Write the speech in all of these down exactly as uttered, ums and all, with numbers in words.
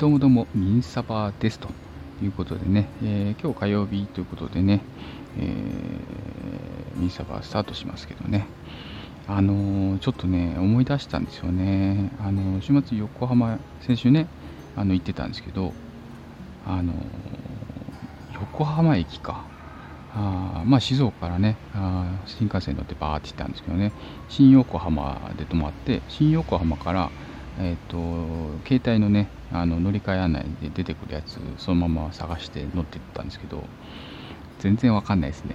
どうもどうも、ミンサバですということでね、えー今日火曜日ということでね、えーミンサバスタートしますけどね、あのーちょっとね、思い出したんですよね。あのー週末、横浜、先週ね、あの行ってたんですけど、あのー横浜駅か。あーまあ、静岡からね、あー新幹線に乗ってバーって行ったんですけどね、新横浜で泊まって、新横浜から、えっと、携帯のね、あの乗り換え案内で出てくるやつ、そのまま探して乗ってったんですけど、全然わかんないですね。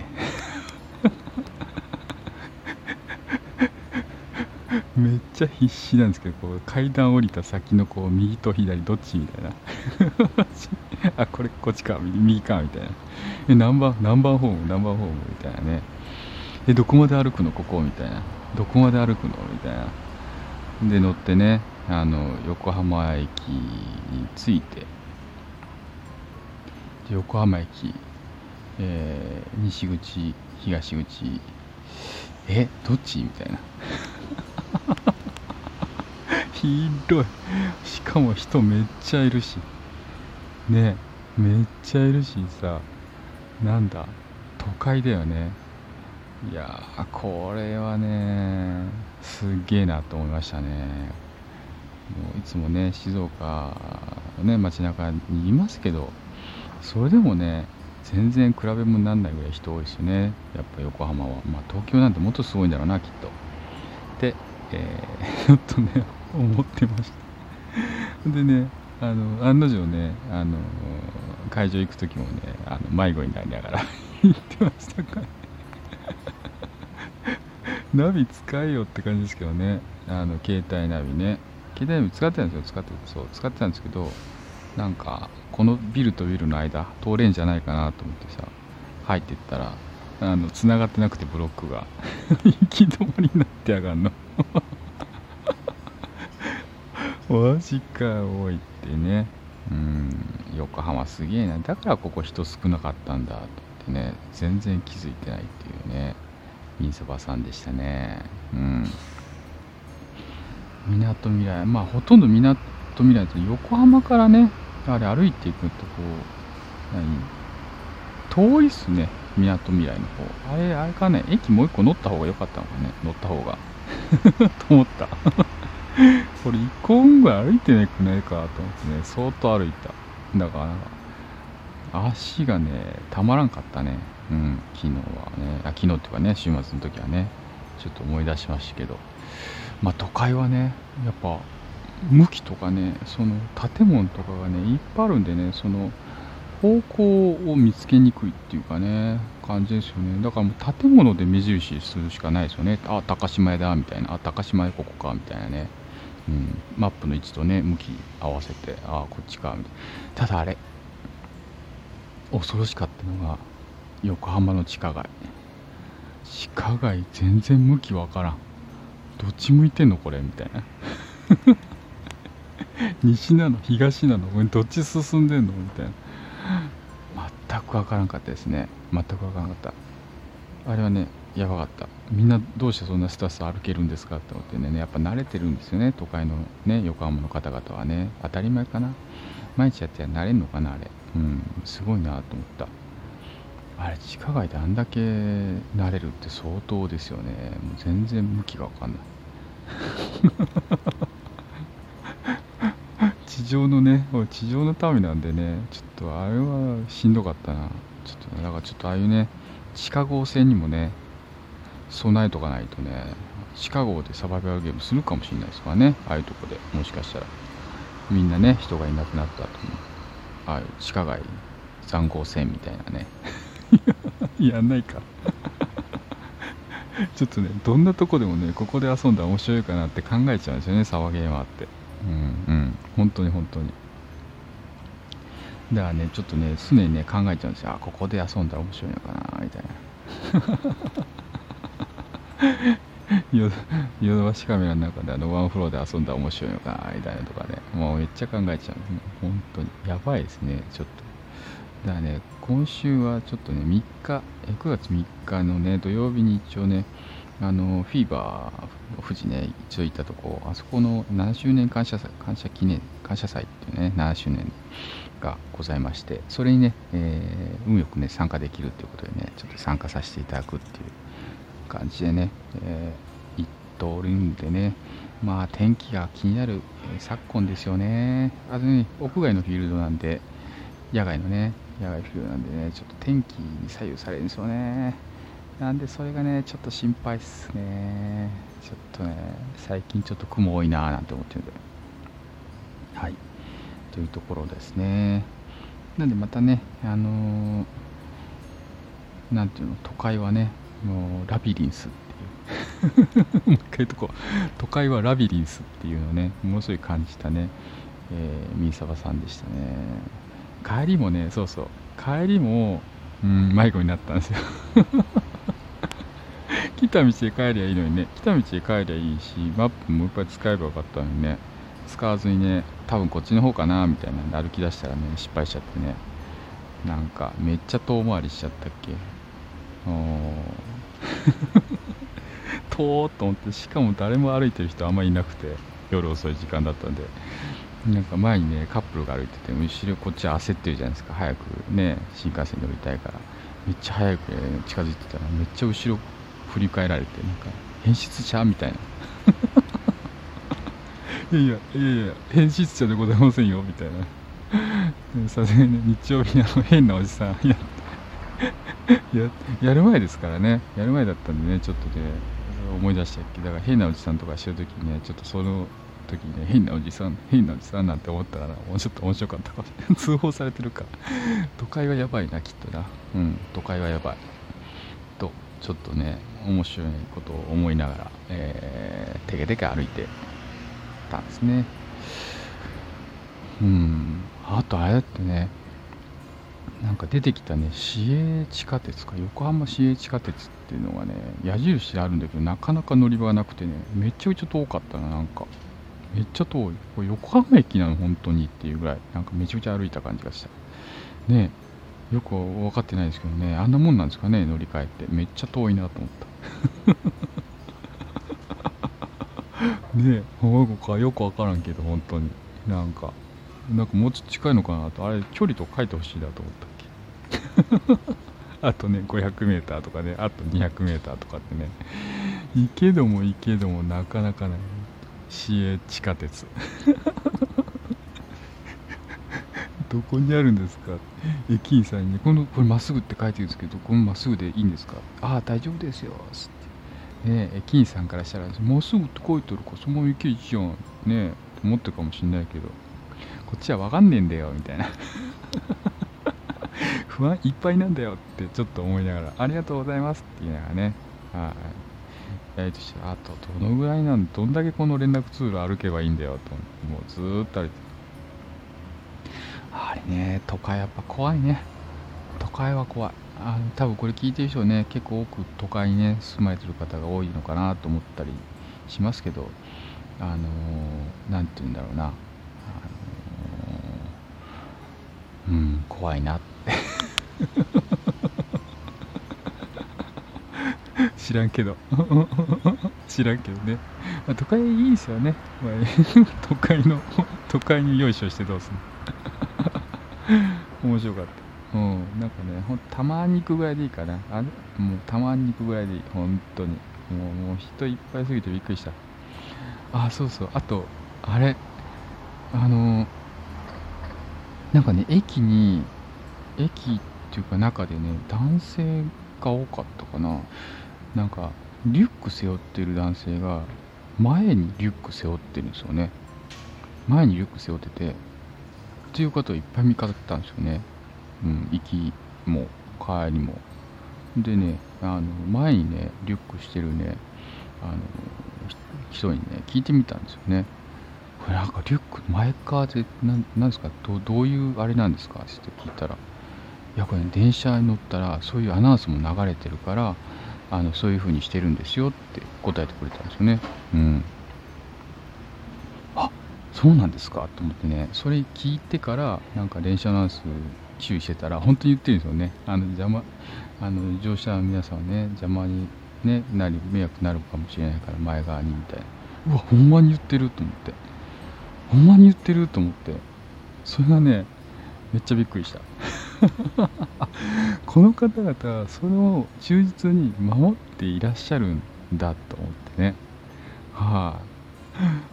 めっちゃ必死なんですけど、こう階段降りた先のこう右と左どっちみたいな。あ、これこっちか、右かみたいな。え、何番、何番ホーム、何番ホームみたいなね。え、どこまで歩くのここみたいな。どこまで歩くのみたいな。で、乗ってね、あの、横浜駅に着いて、で横浜駅、えー西口、東口、え、どっちみたいな。ひどい。しかも人めっちゃいるし。ね、めっちゃいるしさ、なんだ、都会だよね。いやー、これはね、すっげえなと思いましたね。もういつもね、静岡のね、街中にいますけど、それでもね、全然比べ物にならないぐらい人多いですよね。やっぱ横浜は。まあ東京なんてもっとすごいんだろうな、きっと。で、えーちょっとね、思ってました。でね、あの、案の定ね、あの、会場行く時もね、あの迷子になりながら行ってましたから。ナビ使えよって感じですけどね。あの、携帯ナビね。携帯ナビ使ってたんですよ。使ってそう、使ってたんですけど、なんか、このビルとビルの間、通れんじゃないかなと思ってさ、入ってったら、あの、繋がってなくてブロックが、行き止まりになってやがんの。マジか、おいってね。うん、横浜すげえな。だからここ人少なかったんだと思ってね、全然気づいてないっていうね。みそばさんでしたね。うん。みなとみらい、まあほとんどみなとみらいです。横浜からね、あれ歩いていくとこう、何遠いっすね、みなとみらいの方。あれ、あれかね、駅もう一個乗った方が良かったのかね、乗った方が。と思った。これいっこぶんぐらい歩いてなくないかと思ってね、相当歩いた。だからなんか、足がね、たまらんかったね。うん、昨日はね、あ、昨日っていうかね、週末の時はね、ちょっと思い出しましたけど、まあ都会はね、やっぱ、向きとかね、その建物とかがね、いっぱいあるんでね、その方向を見つけにくいっていうかね、感じですよね。だからもう建物で目印するしかないですよね。あ、高島屋だ、みたいな。あ、高島屋ここか、みたいなね。うん、マップの位置とね、向き合わせて、あ、こっちか、みたいな。ただあれ、恐ろしかったのが、横浜の地下街。地下街全然向きわからん。どっち向いてんのこれみたいな。西なの東なのどっち進んでんのみたいな。全くわからんかったですね。全くわからんかった。あれはね、やばかった。みんなどうしてそんなスタスタ歩けるんですかって思ってね、やっぱ慣れてるんですよね、都会のね、横浜の方々はね。当たり前かな。毎日やって慣れんのかな、あれ。うん、すごいなと思った。あれ、地下街であんだけ慣れるって相当ですよね。もう全然向きがわかんない。地上のね、地上の民なんでね、ちょっとあれはしんどかったな。ちょっとね、だからちょっとああいうね、地下号線にもね、備えとかないとね、地下号でサバイバルゲームするかもしれないですからね、ああいうとこでもしかしたら。みんなね、人がいなくなった後も、ああいう地下街残号線みたいなね。やんないか。ちょっとね、どんなとこでもね、ここで遊んだら面白いかなって考えちゃうんですよね、サバゲーマーって。うんうん、本当に本当に。だからね、ちょっとね、常にね、考えちゃうんですよ。あ、ここで遊んだら面白いのかな、みたいな。ヨヨドバシカメラの中であのワンフロアで遊んだら面白いのかな、みたいなとかね。もうめっちゃ考えちゃうんですね。本当に。やばいですね、ちょっと。だからね、今週はちょっとね、みっか、くがつみっかのね、土曜日に一応ね、 あのフィーバー富士ね一度行ったとこ、あそこのななしゅうねん感謝祭感謝記念感謝祭っていうねななしゅうねんがございまして、それにね、えー運よくね参加できるということでね、ちょっと参加させていただくっていう感じでね、えー行っておるんでね、まあ天気が気になる、えー昨今ですよね。あとね、屋外のフィールドなんで、野外のね野外フィールドなんでね、ちょっと天気に左右されるんですよね。なんでそれがねちょっと心配っすね。ちょっとね最近ちょっと雲多いなーなんて思ってるんで、はい、というところですね。なんでまたね、あのーなんていうの、都会はね、もうラビリンスっていうもう一回言うとこう、都会はラビリンスっていうのをねものすごい感じたね、えー、ミーサバさんでしたね。帰りもね、そうそう、帰りも、うん、迷子になったんですよ来た道で帰りゃいいのにね、来た道で帰りゃいいし、マップもう一回使えばよかったのにね、使わずにね、多分こっちの方かなみたいなんで歩き出したらね、失敗しちゃってね、なんかめっちゃ遠回りしちゃったっけ。おー遠ーっと思って、しかも誰も歩いてる人あんまりいなくて、夜遅い時間だったんで、なんか前にねカップルが歩いてて、後ろこっち焦ってるじゃないですか、早くね新幹線乗りたいから、めっちゃ早く、ね、近づいてたらめっちゃ後ろ振り返られて、なんか変質者みたいないやいやいやいや変質者でございませんよみたいな、さすがに日曜日にあの変なおじさんやややる前ですからね、やる前だったんでね、ちょっとね思い出したっけ。だから変なおじさんとかしてるときにね、ちょっとその時にね、変なおじさん変なおじさんなんて思ったら、もうちょっと面白かったかもしれない通報されてるか都会はやばいなきっとな。うん、都会はやばいとちょっとね面白いことを思いながら、えー、テケテケ歩いてたんですね。うん、あとあれだってね、なんか出てきたね、市営地下鉄か、横浜市営地下鉄っていうのがね、矢印あるんだけど、なかなか乗り場がなくてね、めっちゃめちゃ遠かったな、なんか。めっちゃ遠い。これ横浜駅なの、本当にっていうぐらい、なんかめちゃめちゃ歩いた感じがした。ねえ、よく分かってないですけどね、あんなもんなんですかね、乗り換えって。めっちゃ遠いなと思った。ねえ、こかよく分からんけど、本当に。なんか、なんかもうちょっと近いのかなと、あれ、距離と書いてほしいなと思ったっけ。あとね、ごひゃくメーターとかね、あとにひゃくメーターとかってね、行けども行けどもなかなかない。市営地下鉄。どこにあるんですか。駅員さんに、ね、この、これまっすぐって書いてるんですけど、このまっすぐでいいんですか。ああ、大丈夫ですよ。つって。ね駅員さんからしたら、まっすぐって書いてるから、そのまま行けいいじゃん。ね思ってるかもしんないけど、こっちはわかんねえんだよ、みたいな。不安いっぱいなんだよってちょっと思いながら、ありがとうございますって言いながらね、はい。やりとして、あとどのぐらいなんどんだけこの連絡通路歩けばいいんだよと、もうずーっと歩いて。あれね、都会やっぱ怖いね。都会は怖い。あの、多分これ聞いてる人ね、結構多く都会にね、住まれてる方が多いのかなと思ったりしますけど、あのー、なんて言うんだろうな。あのー、うん、怖いなって。知らんけど知らんけどね、まあ、都会いいですよね、まあ、都会の都会によいしょしてどうすんの面白かった。うん、なんかね、ほんたまに行くぐらいでいいかな。あれもうたまに行くぐらいでいい、本当に。もうもう人いっぱいすぎてびっくりした。あ、そうそう、あとあれ、あのーなんかね、駅に駅っていうか中でね、男性が多かったかな。なんかリュック背負ってる男性が前にリュック背負ってるんですよね。前にリュック背負っててっていう方をいっぱい見かけたんですよね。うん、行きも帰りも。でね、あの前にねリュックしてるね、あの人にね聞いてみたんですよね。これなんかリュック前側でなんなんですか、どどういうあれなんですかって聞いたら、いやこれ、ね、電車に乗ったらそういうアナウンスも流れてるから、あのそういう風にしてるんですよって答えてくれたんですよね。うん。あ、そうなんですかと思ってね、それ聞いてからなんか電車アナウンス注意してたら本当に言ってるんですよね。あの邪魔あの乗車の皆さんはね邪魔にね、なり迷惑になるかもしれないから前側にみたいな。うわ、ほんまに言ってると思って。ほんまに言ってると思って。それがね、めっちゃびっくりした。この方々はそれを忠実に守っていらっしゃるんだと思ってね。はい、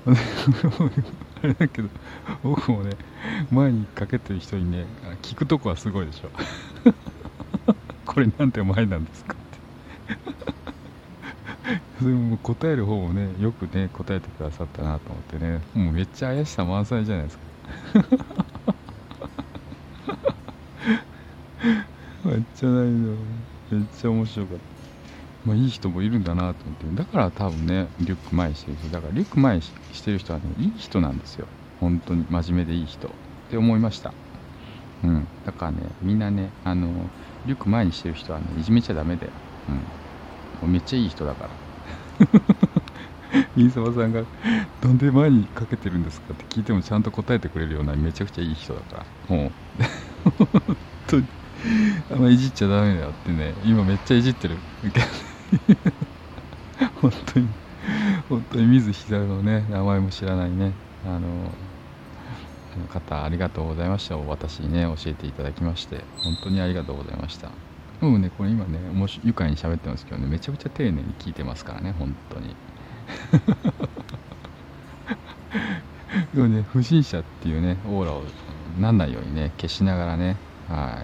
あ。れだけど、僕もね、前にかけてる人にね、聞くとこはすごいでしょ。これなんて前なんですかって。それも答える方もね、よくね、答えてくださったなと思ってね、もうめっちゃ怪しさ満載じゃないですか。めっちゃないの。めっちゃ面白かった。まあいい人もいるんだなと思って。だから多分ね、リュック前にしてる人。だからリュック前にしてる人はね、いい人なんですよ。本当に真面目でいい人。って思いました。うん。だからね、みんなね、あの、リュック前にしてる人はね、いじめちゃダメだよ。うん。もうめっちゃいい人だから。飯沢さんが、なんで前にかけてるんですかって聞いてもちゃんと答えてくれるようなめちゃくちゃいい人だから。もう。本当に。あんまいじっちゃダメだよってね、今めっちゃいじってる。本当に、本当に水膝のね、名前も知らないね、あの、あの方、ありがとうございました。私にね、教えていただきまして、本当にありがとうございました。もうね、これ今ね、もし愉快に喋ってますけどね、めちゃくちゃ丁寧に聞いてますからね、本当に。でもね、不審者っていうね、オーラをなんないようにね、消しながらね、はい、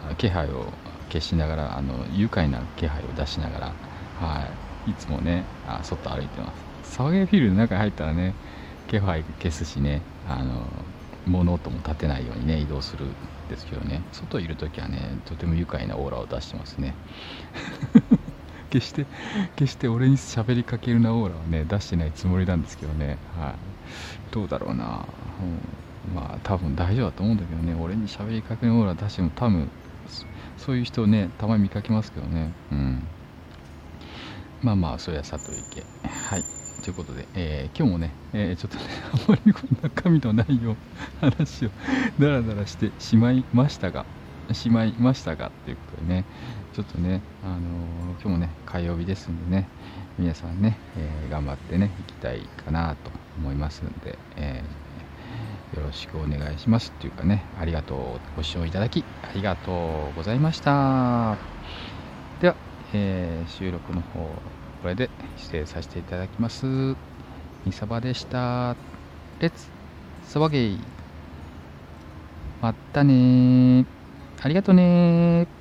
気配を消しながら、あの愉快な気配を出しながら、はい、いつもね、あ外歩いてます。サワゲーフィールドの中に入ったらね、気配消すしね、あの物音も立てないようにね、移動するんですけどね、外いるときはね、とても愉快なオーラを出してますね。決して、決して俺に喋りかけるなオーラはね、出してないつもりなんですけどね、はい、どうだろうな、うん、まあ多分大丈夫だと思うんだけどね、俺に喋りかけるオーラ出しても多分そういう人ね、たまに見かけますけどね、うん、まあまあそれはさといて、はい、ということで、えー今日もね、えーちょっとね、あまりこんな中身のないよ話をだらだらしてしまいましたが、しまいましたがっていうことでね、ちょっとね、あのー今日もね、火曜日ですんでね、皆さんね、えー頑張ってね、いきたいかなと思いますんで、えーよろしくお願いしますっていうかね、ありがとう、ご視聴いただきありがとうございました。では、えー収録の方、これで失礼させていただきます。みさばでした。レッツ、サバゲー。まったねー。ありがとねー。